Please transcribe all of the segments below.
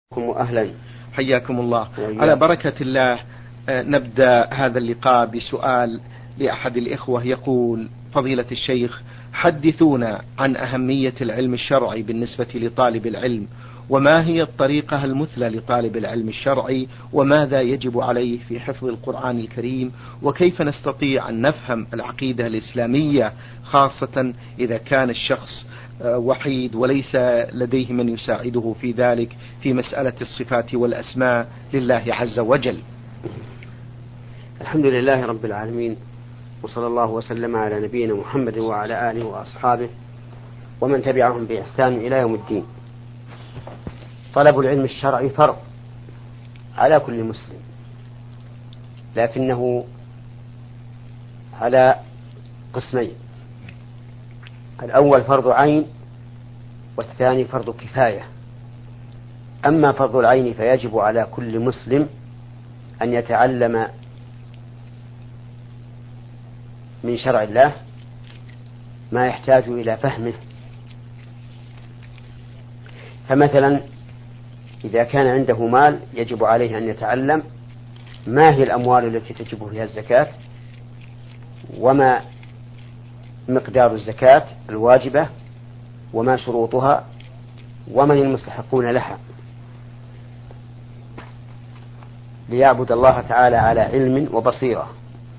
أهلا. حياكم الله. على بركة الله. نبدأ هذا اللقاء بسؤال لأحد الإخوة يقول: فضيلة الشيخ، حدثونا عن أهمية العلم الشرعي بالنسبة لطالب العلم، وما هي الطريقة المثلى لطالب العلم الشرعي، وماذا يجب عليه في حفظ القرآن الكريم، وكيف نستطيع أن نفهم العقيدة الإسلامية، خاصة إذا كان الشخص وحيد وليس لديه من يساعده في ذلك في مسألة الصفات والأسماء لله عز وجل. الحمد لله رب العالمين، وصلى الله وسلم على نبينا محمد وعلى آله وأصحابه ومن تبعهم بإحسان إلى يوم الدين. طلب العلم الشرعي فرض على كل مسلم، لكنه على قسمين: الأول فرض عين، والثاني فرض كفاية. أما فرض العين فيجب على كل مسلم أن يتعلم من شرع الله ما يحتاج إلى فهمه. فمثلا إذا كان عنده مال يجب عليه أن يتعلم ما هي الأموال التي تجب فيها الزكاة، وما مقدار الزكاة الواجبة، وما شروطها، ومن المستحقون لها، ليعبد الله تعالى على علم وبصيرة.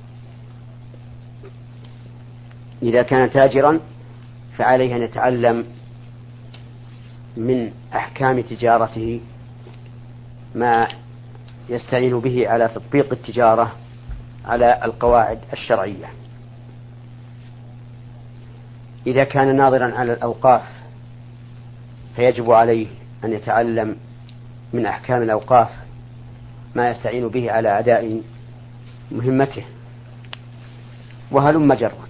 إذا كان تاجرا فعليه أن يتعلم من أحكام تجارته ما يستعين به على تطبيق التجارة على القواعد الشرعية. إذا كان ناظرا على الأوقاف فيجب عليه أن يتعلم من أحكام الأوقاف ما يستعين به على أداء مهمته، وهلم جرا.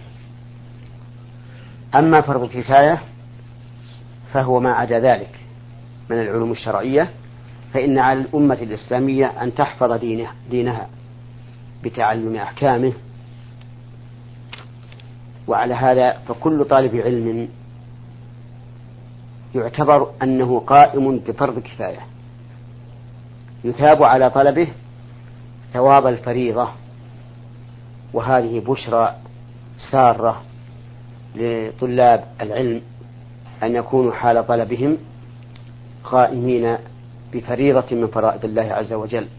أما فرض الكفاية فهو ما عدا ذلك من العلوم الشرعية، فإن على الأمة الإسلامية أن تحفظ دينها بتعلم أحكامه. وعلى هذا فكل طالب علم يعتبر أنه قائم بفرض كفاية، يثاب على طلبه ثواب الفريضة. وهذه بشرى سارة لطلاب العلم أن يكونوا حال طلبهم قائمين بفريضة من فرائض الله عز وجل.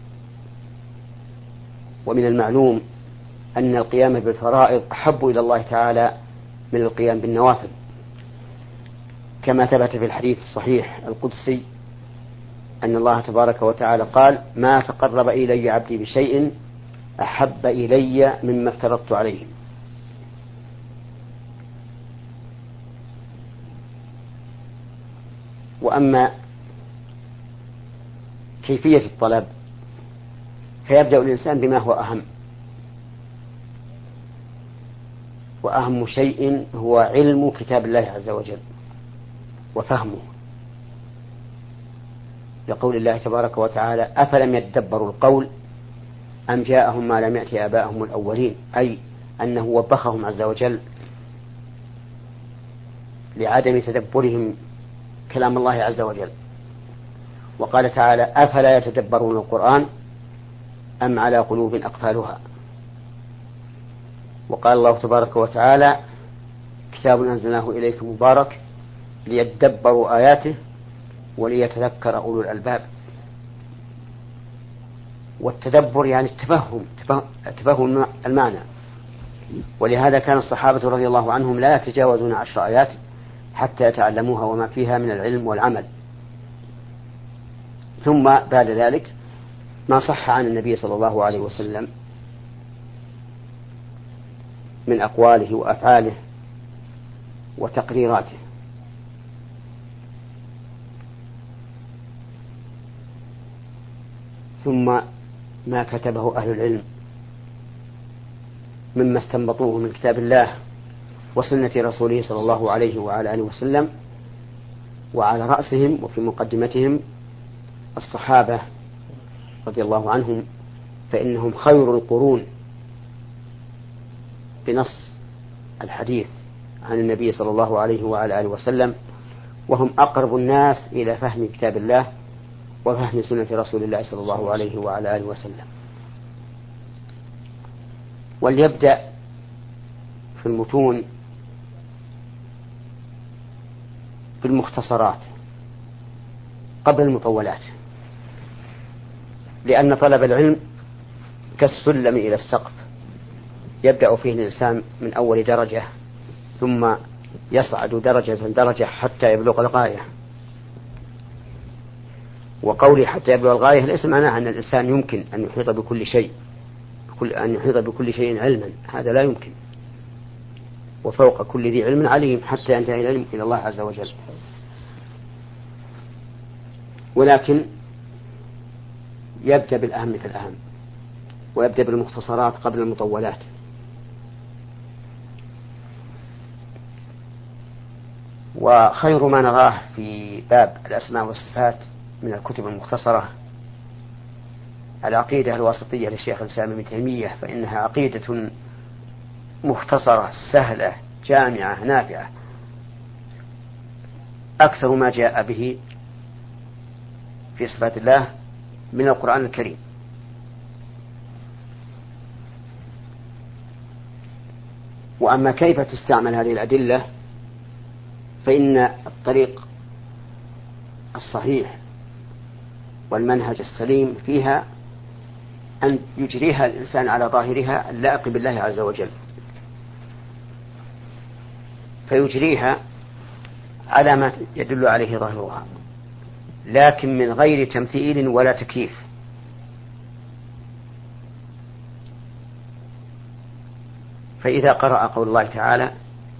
ومن المعلوم أن القيام بالفرائض أحب إلى الله تعالى من القيام بالنوافل، كما ثبت في الحديث الصحيح القدسي أن الله تبارك وتعالى قال: ما تقرب إلي عبدي بشيء أحب إلي مما افترضت عليه. وأما كيفية الطلب فيبدأ الإنسان بما هو أهم، وأهم شيء هو علم كتاب الله عز وجل وفهمه، لقول الله تبارك وتعالى: أفلم يتدبروا القول أم جاءهم ما لم يأت آباءهم الأولين، أي أنه وبخهم عز وجل لعدم تدبرهم كلام الله عز وجل. وقال تعالى: أفلا يتدبرون القرآن أم على قلوب أقفالها. وقال الله تبارك وتعالى: كتاب أنزلناه إليك مبارك ليدبروا آياته وليتذكر أولو الألباب. والتدبر يعني التفهم المعنى. ولهذا كان الصحابة رضي الله عنهم لا يتجاوزون 10 آيات حتى يتعلموها وما فيها من العلم والعمل. ثم بعد ذلك ما صح عن النبي صلى الله عليه وسلم من أقواله وأفعاله وتقريراته. ثم ما كتبه أهل العلم مما استنبطوه من كتاب الله وسنة رسوله صلى الله عليه وعلى آله وسلم، وعلى رأسهم وفي مقدمتهم الصحابة رضي الله عنهم، فإنهم خير القرون بنص الحديث عن النبي صلى الله عليه وعلى آله وسلم، وهم أقرب الناس إلى فهم كتاب الله وفهم سنة رسول الله صلى الله عليه وعلى آله وسلم. وليبدأ في المتون بالمختصرات قبل المطولات، لأن طلب العلم كالسلم إلى السقف، يبدأ فيه الإنسان من أول درجة ثم يصعد درجة درجة حتى يبلغ الغاية. وقولي حتى يبلغ الغاية ليس معناه أن الإنسان يمكن أن يحيط بكل شيء، أن يحيط بكل شيء علما، هذا لا يمكن. وفوق كل ذي علم عليم حتى ينتهي العلم إلى الله عز وجل. ولكن يبدأ بالأهم فالأهم، ويبدأ بالمختصرات قبل المطولات. وخير ما نراه في باب الأسماء والصفات من الكتب المختصرة العقيدة الواسطية للشيخ الإسلام ابن تيمية، فإنها عقيدة مختصرة سهلة جامعة نافعة، أكثر ما جاء به في صفات الله من القرآن الكريم. وأما كيف تستعمل هذه الأدلة فإن الطريق الصحيح والمنهج السليم فيها أن يجريها الإنسان على ظاهرها اللائق بالله عز وجل، فيجريها على ما يدل عليه ظاهرها، لكن من غير تمثيل ولا تكييف. فإذا قرأ قول الله تعالى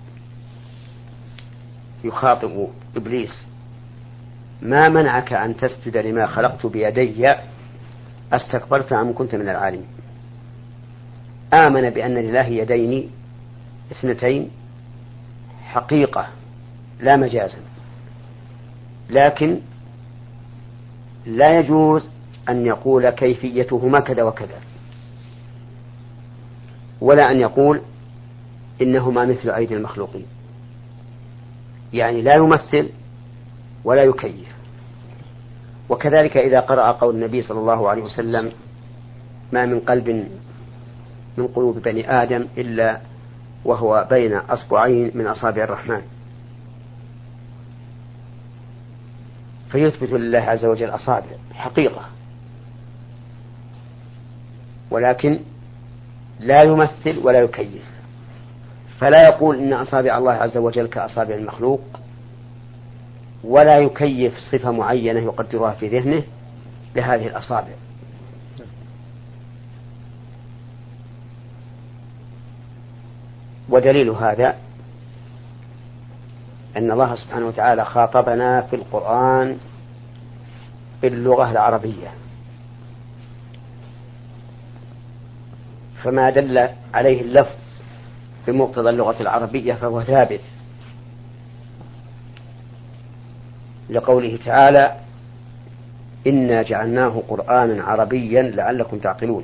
يخاطب إبليس: ما منعك أن تسجد لما خلقت بيدي استكبرت أم كنت من العالمين؟ آمن بأن لله يدين اثنتين حقيقة لا مجازا، لكن لا يجوز أن يقول كيفيتهما كذا وكذا، ولا أن يقول إنهما مثل أيدي المخلوقين، يعني لا يمثل ولا يكيف. وكذلك إذا قرأ قول النبي صلى الله عليه وسلم: ما من قلب من قلوب بني آدم إلا وهو بين أصبعين من أصابع الرحمن، فيثبت لله عز وجل أصابع حقيقة، ولكن لا يمثل ولا يكيف. فلا يقول إن أصابع الله عز وجل كأصابع المخلوق، ولا يكيف صفة معينة يقدرها في ذهنه لهذه الأصابع. ودليل هذا أن الله سبحانه وتعالى خاطبنا في القرآن باللغة العربية، فما دل عليه اللفظ بمقتضى اللغة العربية فهو ثابت، لقوله تعالى: إنا جعلناه قرآنا عربيا لعلكم تعقلون،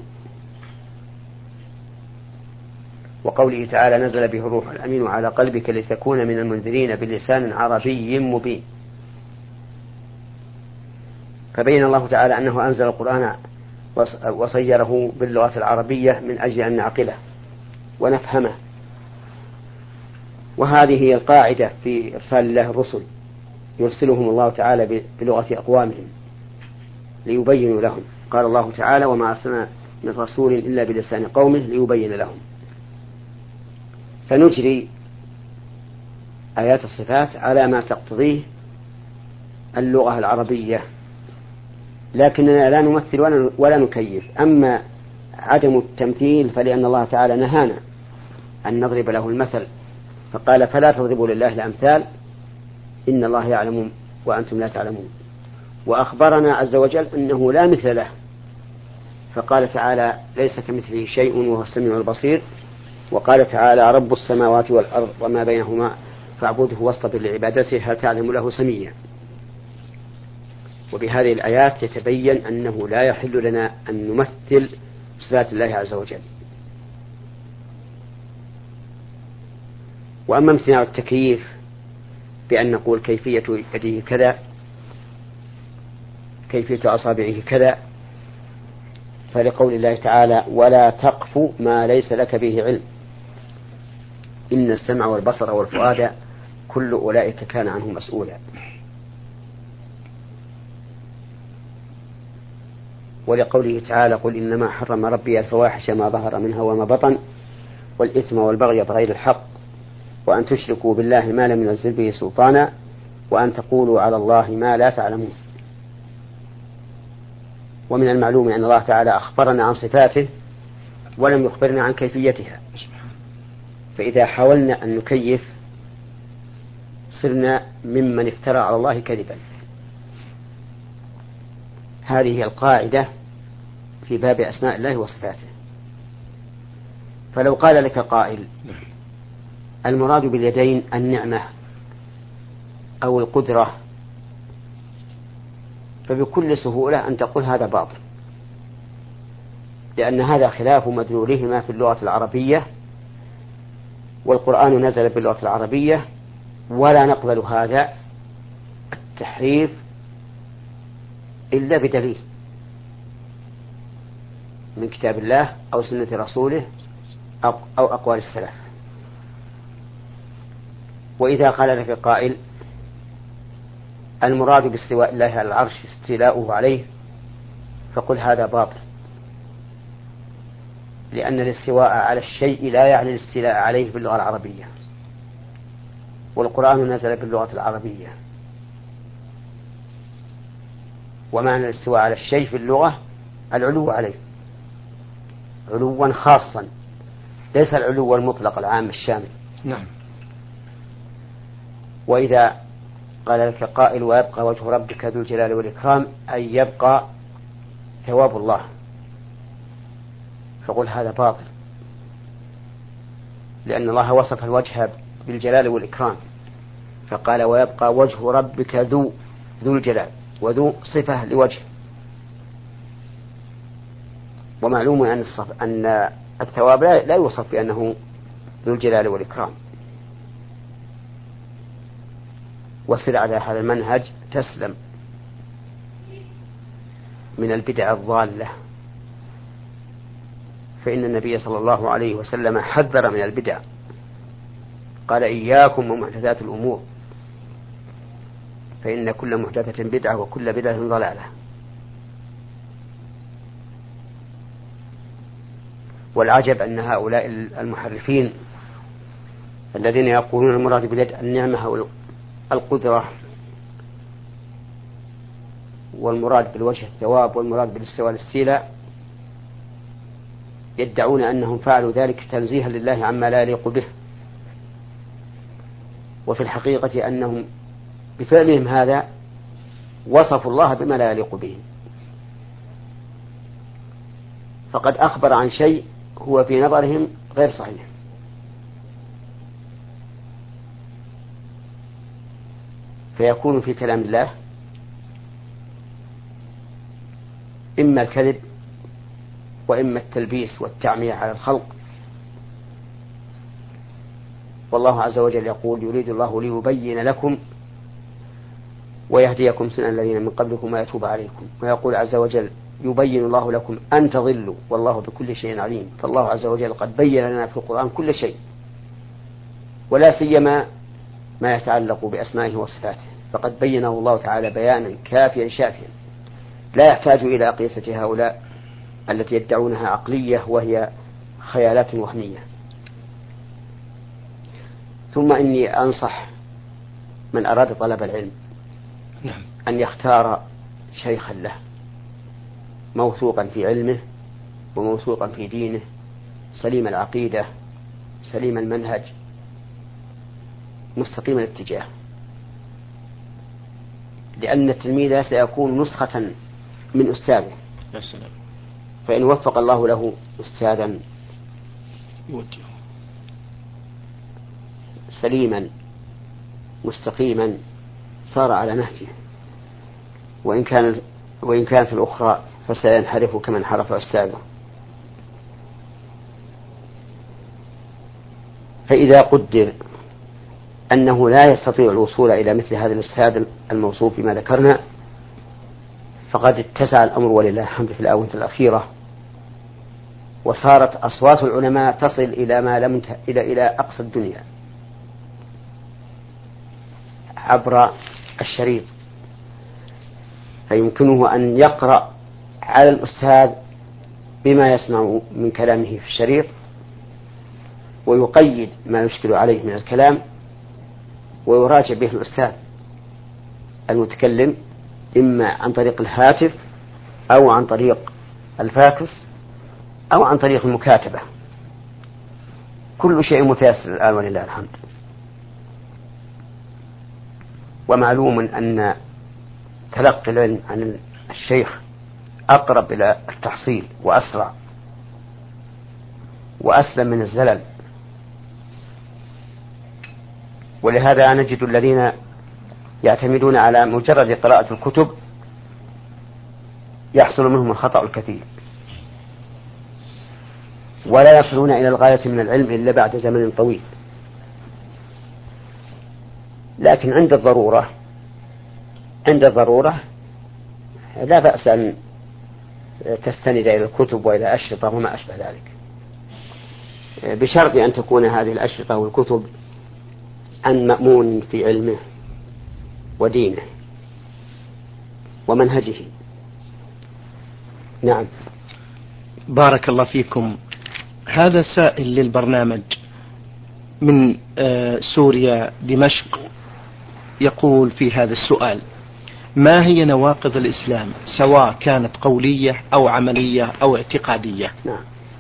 وقوله تعالى: نزل به الروح الأمين على قلبك لتكون من المنذرين بلسان عربي مبين. فبين الله تعالى أنه أنزل القرآن وصيره باللغة العربية من أجل أن نعقله ونفهمه. وهذه هي القاعدة في إرسال الله الرسل، يرسلهم الله تعالى بلغة أقوامهم ليبينوا لهم. قال الله تعالى: وما أرسلنا من رسول إلا بلسان قومه ليبين لهم. فنجري آيات الصفات على ما تقتضيه اللغة العربية، لكننا لا نمثل ولا نكيف. أما عدم التمثيل فلأن الله تعالى نهانا أن نضرب له المثل، فقال: فلا تضربوا لله الأمثال إن الله يعلم وأنتم لا تعلمون. وأخبرنا عز وجل أنه لا مثل له، فقال تعالى: ليس كمثله شيء وهو السميع البصير. وقال تعالى: رب السماوات والأرض وما بينهما فاعبده واصطبر لعبادته هل تعلم له سميا. وبهذه الآيات يتبين أنه لا يحل لنا أن نمثل صفات الله عز وجل. وأما امتناع التكييف بأن نقول كيفية يده كذا، كيفية أصابعه كذا، فلقول الله تعالى ولا تقف ما ليس لك به علم إن السمع والبصر والفؤاد كل أولئك كان عنه مسؤولا. ولقوله تعالى قل إنما حرم ربي الفواحش ما ظهر منها وما بطن والإثم والبغي بغير الحق وأن تشركوا بالله ما لم ينزل به سلطانا وأن تقولوا على الله ما لا تعلمون. ومن المعلوم أن الله تعالى أخبرنا عن صفاته ولم يخبرنا عن كيفيتها، فإذا حاولنا أن نكيف صرنا ممن افترى على الله كذبا. هذه هي القاعدة في باب أسماء الله وصفاته. فلو قال لك قائل المراد باليدين النعمة أو القدرة، فبكل سهولة أن تقول هذا باطل، لأن هذا خلاف مدلولهما في اللغة العربية، والقرآن نزل باللغة العربية، ولا نقبل هذا التحريف إلا بدليل من كتاب الله أو سنة رسوله أو أقوال السلف. وإذا قال لك قائل المراد باستواء الله على العرش استيلاؤه عليه، فقل هذا باطل، لأن الاستواء على الشيء لا يعني الاستيلاء عليه باللغة العربية، والقرآن نزل باللغة العربية، ومعنى الاستواء على الشيء في اللغة العلو عليه علوا خاصا، ليس العلو المطلق العام الشامل. نعم. وإذا قال لك قائل ويبقى وجه ربك ذو الجلال والإكرام أي يبقى ثواب الله، فقل هذا باطل، لأن الله وصف الوجه بالجلال والإكرام فقال ويبقى وجه ربك ذو الجلال، وذو صفة لوجه. ومعلوم أن الثواب لا يوصف بأنه ذو الجلال والإكرام. وسر على هذا المنهج تسلم من البدع الضالة، فإن النبي صلى الله عليه وسلم حذر من البدع، قال إياكم ومحدثات الأمور فإن كل محدثة بدعة وكل بدعة ضلالة. والعجب أن هؤلاء المحرفين الذين يقولون المراد باليد النعمة أو القدرة، والمراد بالوجه الثواب، والمراد بالاستواء الاستيلاء، يدعون أنهم فعلوا ذلك تنزيها لله عما لا يليق به، وفي الحقيقة أنهم بفعلهم هذا وصفوا الله بما لا يليق به، فقد أخبر عن شيء هو في نظرهم غير صحيح. فيكون في كلام الله إما الكذب وإما التلبيس والتعمية على الخلق. والله عز وجل يقول يريد الله ليبين لكم ويهديكم سنن الذين من قبلكم ويتوب عليكم. ويقول عز وجل يبين الله لكم أن تضلوا والله بكل شيء عليم. فالله عز وجل قد بين لنا في القرآن كل شيء، ولا سيما ما يتعلق بأسمائه وصفاته، فقد بينه الله تعالى بيانا كافيا شافيا لا يحتاج إلى قياسة هؤلاء التي يدعونها عقلية وهي خيالات وهمية. ثم إني أنصح من أراد طلب العلم أن يختار شيخا له موثوقا في علمه وموثوقا في دينه، سليم العقيدة سليم المنهج مستقيم الاتجاه، لأن التلميذ سيكون نسخة من أستاذه. فإن وفق الله له أستاذا سليما مستقيما صار على نهجه، وإن كان في الأخرى فسينحرف كما انحرف أستاذه. فإذا قدر أنه لا يستطيع الوصول إلى مثل هذا الأستاذ الموصوف بما ذكرنا، فقد اتسع الأمر ولله الحمد في الآونة الأخيرة، وصارت أصوات العلماء تصل إلى ما لم إلى أقصى الدنيا عبر الشريط، فيمكنه أن يقرأ على الأستاذ بما يسمع من كلامه في الشريط، ويقيد ما يشكل عليه من الكلام، ويراجع به الأستاذ المتكلم إما عن طريق الهاتف أو عن طريق الفاكس أو عن طريق المكاتبة. كل شيء متيسر الآن ولله الحمد. ومعلوم أن تلقي العلم عن الشيخ أقرب إلى التحصيل وأسرع وأسلم من الزلل، ولهذا نجد الذين يعتمدون على مجرد قراءة الكتب يحصل منهم الخطأ الكثير، ولا يصلون إلى الغاية من العلم إلا بعد زمن طويل. لكن عند الضرورة لا بأس أن تستند إلى الكتب وإلى أشرطة وما أشبه ذلك، بشرط أن تكون هذه الأشرطة والكتب عن مأمون في علمه ودينه ومنهجه. نعم. بارك الله فيكم. هذا سائل للبرنامج من سوريا دمشق، يقول في هذا السؤال: ما هي نواقض الإسلام سواء كانت قولية أو عملية أو اعتقادية؟ نعم.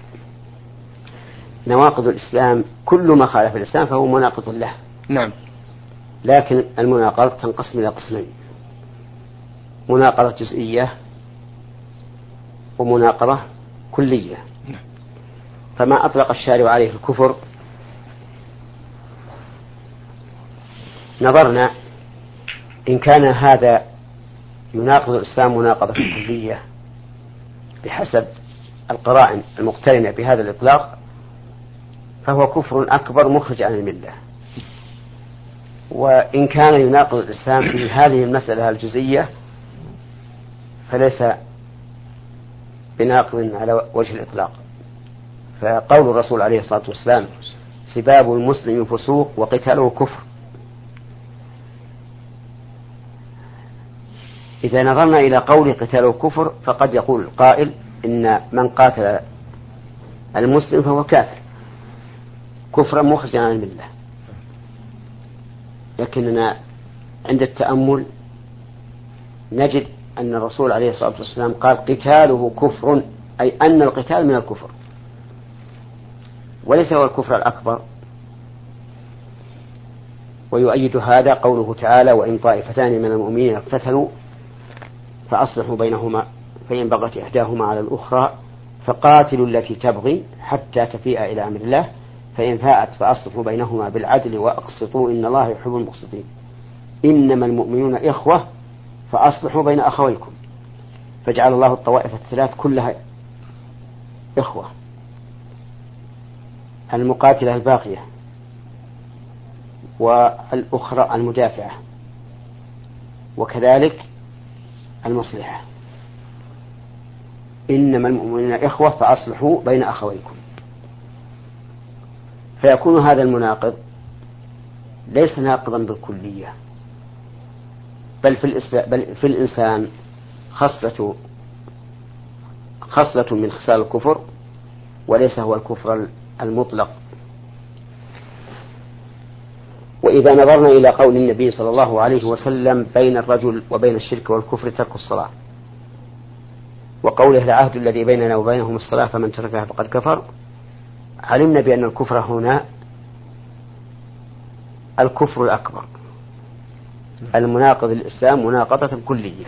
نواقض الإسلام كل ما خالف الإسلام فهو مناقض له. نعم. لكن المناقضة تنقسم إلى قسمين: مناقضة جزئية ومناقضة كلية. نعم. فما أطلق الشارع عليه الكفر نظرنا إن كان هذا يناقض الإسلام مناقضة كلية بحسب القرائن المقترنة بهذا الإطلاق فهو كفر أكبر مخرج عن الملة. وإن كان يناقض الإسلام في هذه المسألة الجزئية فليس بناقض على وجه الإطلاق. فقول الرسول عليه الصلاة والسلام: سباب المسلم فسوق وقتاله كفر. إذا نظرنا إلى قول قتاله كفر فقد يقول القائل إن من قاتل المسلم فهو كافر كفرا مخرجا عن الملة، لكننا عند التأمل نجد أن الرسول عليه الصلاة والسلام قال قتاله كفر، أي أن القتال من الكفر وليس هو الكفر الأكبر. ويؤيد هذا قوله تعالى: وإن طائفتان من المؤمنين اقتتلوا فأصلحوا بينهما فإن بغت إحداهما على الأخرى فقاتلوا التي تبغي حتى تفيء إلى أمر الله فإن فاءت فأصلحوا بينهما بالعدل وأقسطوا إن الله يحب المقسطين إنما المؤمنون إخوة فأصلحوا بين أخويكم. فجعل الله الطوائف الثلاث كلها إخوة: المقاتلة الباقية والأخرى المدافعة وكذلك المصلحة. إنما المؤمنون إخوة فأصلحوا بين أخويكم. فيكون هذا المناقض ليس ناقضا بالكلية، بل في الإنسان خصلة من خصال الكفر وليس هو الكفر المطلق. وإذا نظرنا إلى قول النبي صلى الله عليه وسلم: بين الرجل وبين الشرك والكفر ترك الصلاة، وقوله: العهد الذي بيننا وبينهم الصلاة فمن تركها فقد كفر، علمنا بأن الكفر هنا الكفر الأكبر المناقض للإسلام مناقضة كلية،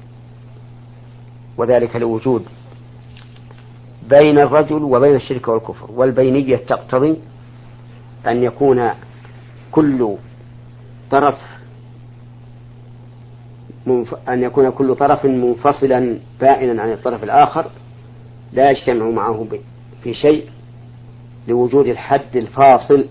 وذلك لوجود بين الرجل وبين الشرك والكفر. والبينية تقتضي أن يكون كل طرف منفصلا بائنا عن الطرف الآخر لا يجتمع معه في شيء، لوجود الحد الفاصل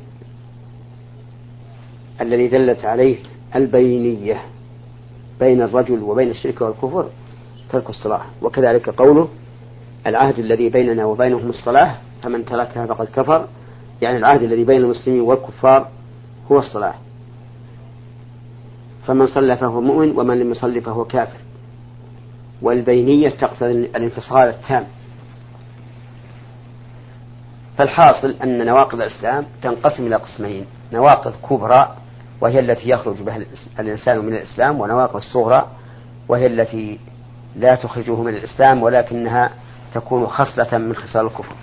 الذي دلت عليه البينية بين الرجل وبين الشرك والكفر ترك الصلاة. وكذلك قوله العهد الذي بيننا وبينهم الصلاة فمن تركها فقد كفر، يعني العهد الذي بين المسلمين والكفار هو الصلاة، فمن صلى فهو مؤمن ومن لم يصلي فهو كافر. والبينية تقتضي الانفصال التام. فالحاصل أن نواقض الإسلام تنقسم إلى قسمين: نواقض كبرى وهي التي يخرج بها الإنسان من الإسلام، ونواقض صغرى وهي التي لا تخرجه من الإسلام ولكنها تكون خصلة من خصال الكفر.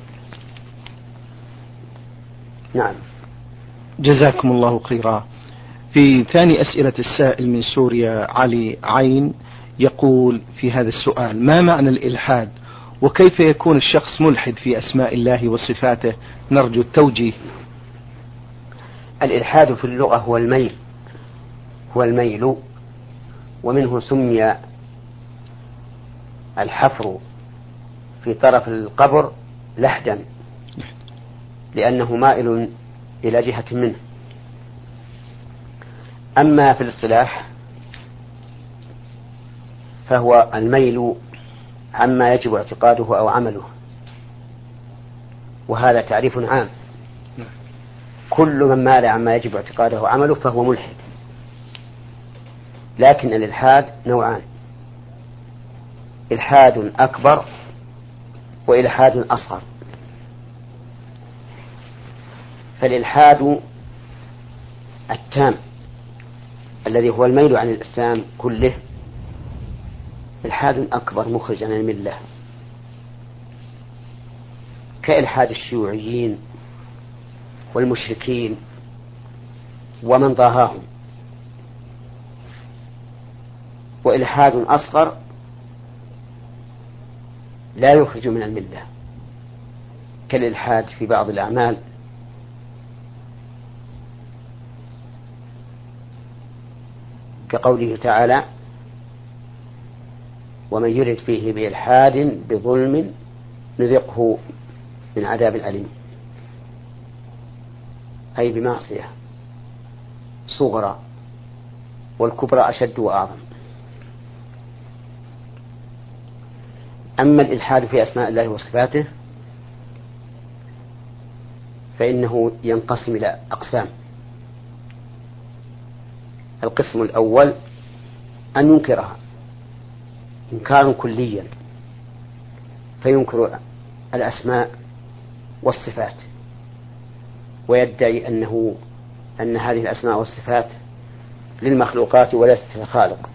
نعم. جزاكم الله خيرا. في ثاني أسئلة السائل من سوريا علي عين يقول في هذا السؤال: ما معنى الإلحاد؟ وكيف يكون الشخص ملحد في أسماء الله وصفاته؟ نرجو التوجيه. الإلحاد في اللغة هو الميل، ومنه سمي الحفر في طرف القبر لحدا لأنه مائل إلى جهة منه. أما في الاصطلاح فهو الميل عما يجب اعتقاده أو عمله، وهذا تعريف عام. كل من مال عما يجب اعتقاده أو عمله فهو ملحد. لكن الإلحاد نوعان: إلحاد أكبر وإلحاد أصغر. فالإلحاد التام الذي هو الميل عن الإسلام كله إلحاد أكبر مخرج عن الملة، كإلحاد الشيوعيين والمشركين ومن ضاهاهم. وإلحاد أصغر لا يخرج من الملة، كالإلحاد في بعض الأعمال كقوله تعالى: ومن يرد فيه بإلحاد بظلم نذقه من عذاب أليم، أي بمعصية صغرى، والكبرى أشد وأعظم. أما الإلحاد في أسماء الله وصفاته فإنه ينقسم إلى أقسام. القسم الأول أن ينكرها إنكارا كليا، فينكر الأسماء والصفات ويدعي أن هذه الأسماء والصفات للمخلوقات وليست للخالق،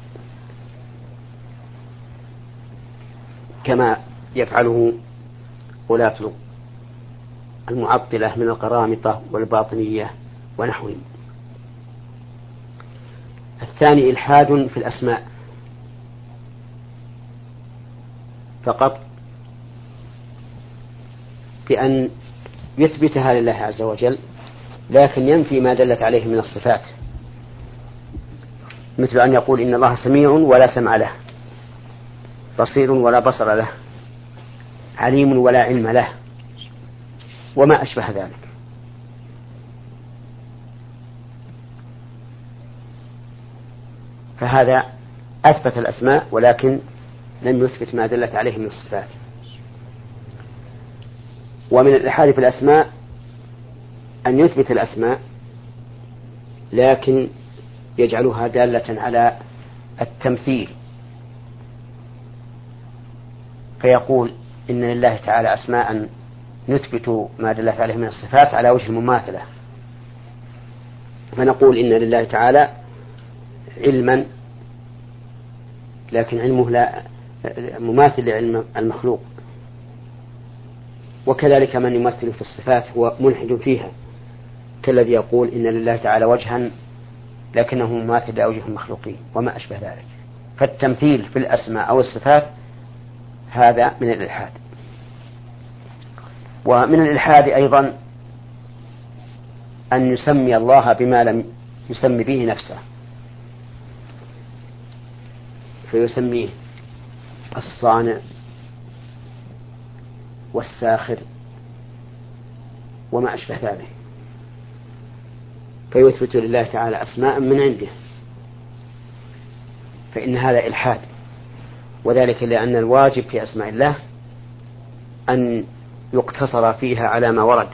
كما يفعله ولاة المعطلة من القرامطة والباطنية ونحوهم. الثاني إلحاد في الأسماء فقط، بأن يثبتها لله عز وجل لكن ينفي ما دلت عليه من الصفات، مثل أن يقول إن الله سميع ولا سمع له، بصير ولا بصر له، عليم ولا علم له، وما أشبه ذلك. فهذا أثبت الأسماء ولكن لم يثبت ما دلت عليه من الصفات. ومن الإلحاد في الأسماء أن يثبت الأسماء لكن يجعلها دالة على التمثيل، فيقول إن لله تعالى أسماء نثبت ما دلت عليه من الصفات على وجه المماثلة، فنقول إن لله تعالى علما لكن علمه لا مماثل لعلم المخلوق. وكذلك من يمثل في الصفات هو ملحد فيها، كالذي يقول إن لله تعالى وجها لكنه مماثل لأوجه المخلوقين وما أشبه ذلك. فالتمثيل في الأسماء أو الصفات هذا من الإلحاد. ومن الإلحاد أيضا أن يسمي الله بما لم يسمي به نفسه، فيسميه الصانع والساخر وما أشبه ذلك، فيثبت لله تعالى أسماء من عنده، فإن هذا إلحاد. وذلك لأن الواجب في أسماء الله أن يقتصر فيها على ما ورد،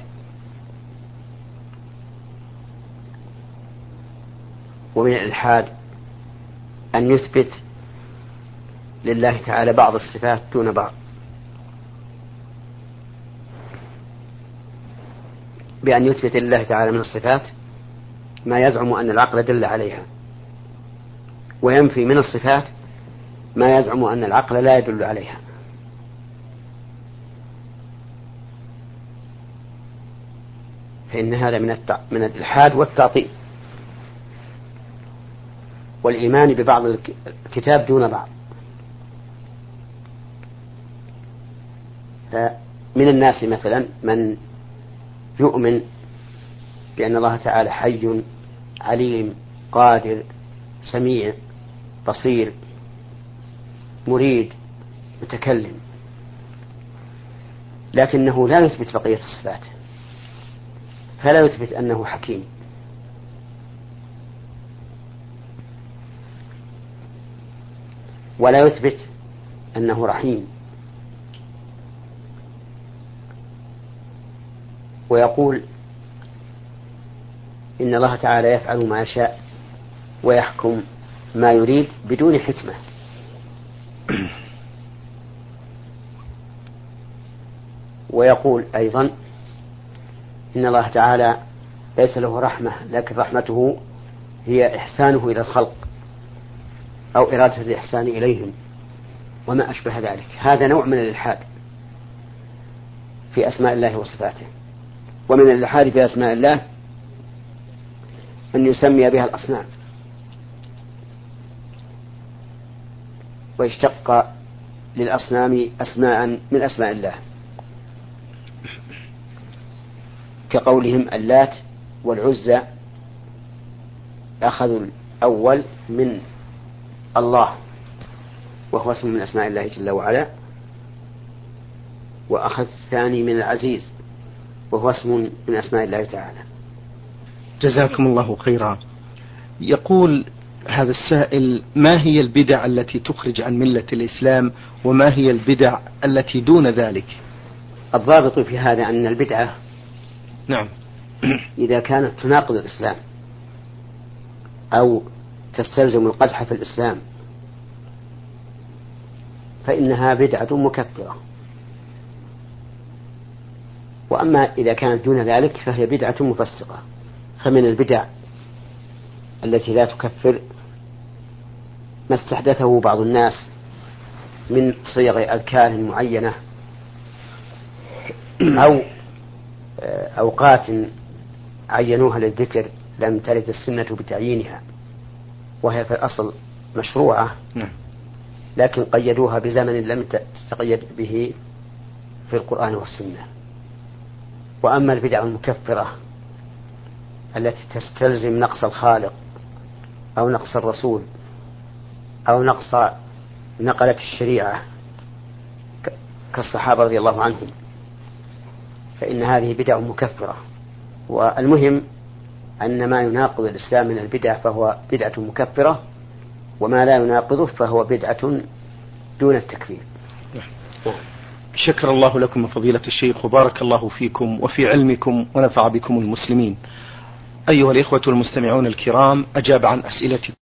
ومن الإلحاد أن يثبت لله تعالى بعض الصفات دون بعض، بأن يثبت لله تعالى من الصفات ما يزعم أن العقل دل عليها، وينفي من الصفات ما يزعم أن العقل لا يدل عليها. فإن هذا من الإلحاد والتعطيل، والإيمان ببعض الكتاب دون بعض. فمن الناس مثلا من يؤمن بأن الله تعالى حي عليم قادر سميع بصير مريد متكلم، لكنه لا يثبت بقية الصفات، فلا يثبت أنه حكيم، ولا يثبت أنه رحيم، ويقول إن الله تعالى يفعل ما يشاء ويحكم ما يريد بدون حكمة. ويقول أيضا إن الله تعالى ليس له رحمة، لكن رحمته هي إحسانه إلى الخلق أو إرادة الإحسان إليهم وما أشبه ذلك. هذا نوع من الإلحاد في أسماء الله وصفاته. ومن الإلحاد في أسماء الله أن يسمي بها الأصنام ويشتق للأصنام أسماء من أسماء الله، كقولهم اللات والعزى أخذوا الأول من الله وهو اسم من أسماء الله جل وعلا، وأخذ الثاني من العزيز وهو اسم من أسماء الله تعالى. جزاكم الله خيرا. يقول هذا السائل: ما هي البدع التي تخرج عن ملة الإسلام، وما هي البدع التي دون ذلك؟ الضابط في هذا أن البدعة نعم إذا كانت تناقض الإسلام أو تستلزم القدح في الإسلام فإنها بدعة مكفرة، وأما إذا كانت دون ذلك فهي بدعة مفسقة. فمن البدع التي لا تكفر ما استحدثه بعض الناس من صيغ أذكار معينة أو أوقات عينوها للذكر لم ترد السنة بتعيينها، وهي في الأصل مشروعة، لكن قيدوها بزمن لم تتقيد به في القرآن والسنة. وأما البدع المكفرة التي تستلزم نقص الخالق أو نقص الرسول أو نقص نقلة الشريعة كالصحابة رضي الله عنهم، فإن هذه بدع مكفرة. والمهم أن ما يناقض الإسلام من البدع فهو بدعة مكفرة، وما لا يناقضه فهو بدعة دون التكفير. شكر الله لكم فضيلة الشيخ، وبارك الله فيكم وفي علمكم ونفع بكم المسلمين. أيها الإخوة المستمعون الكرام، أجاب عن أسئلة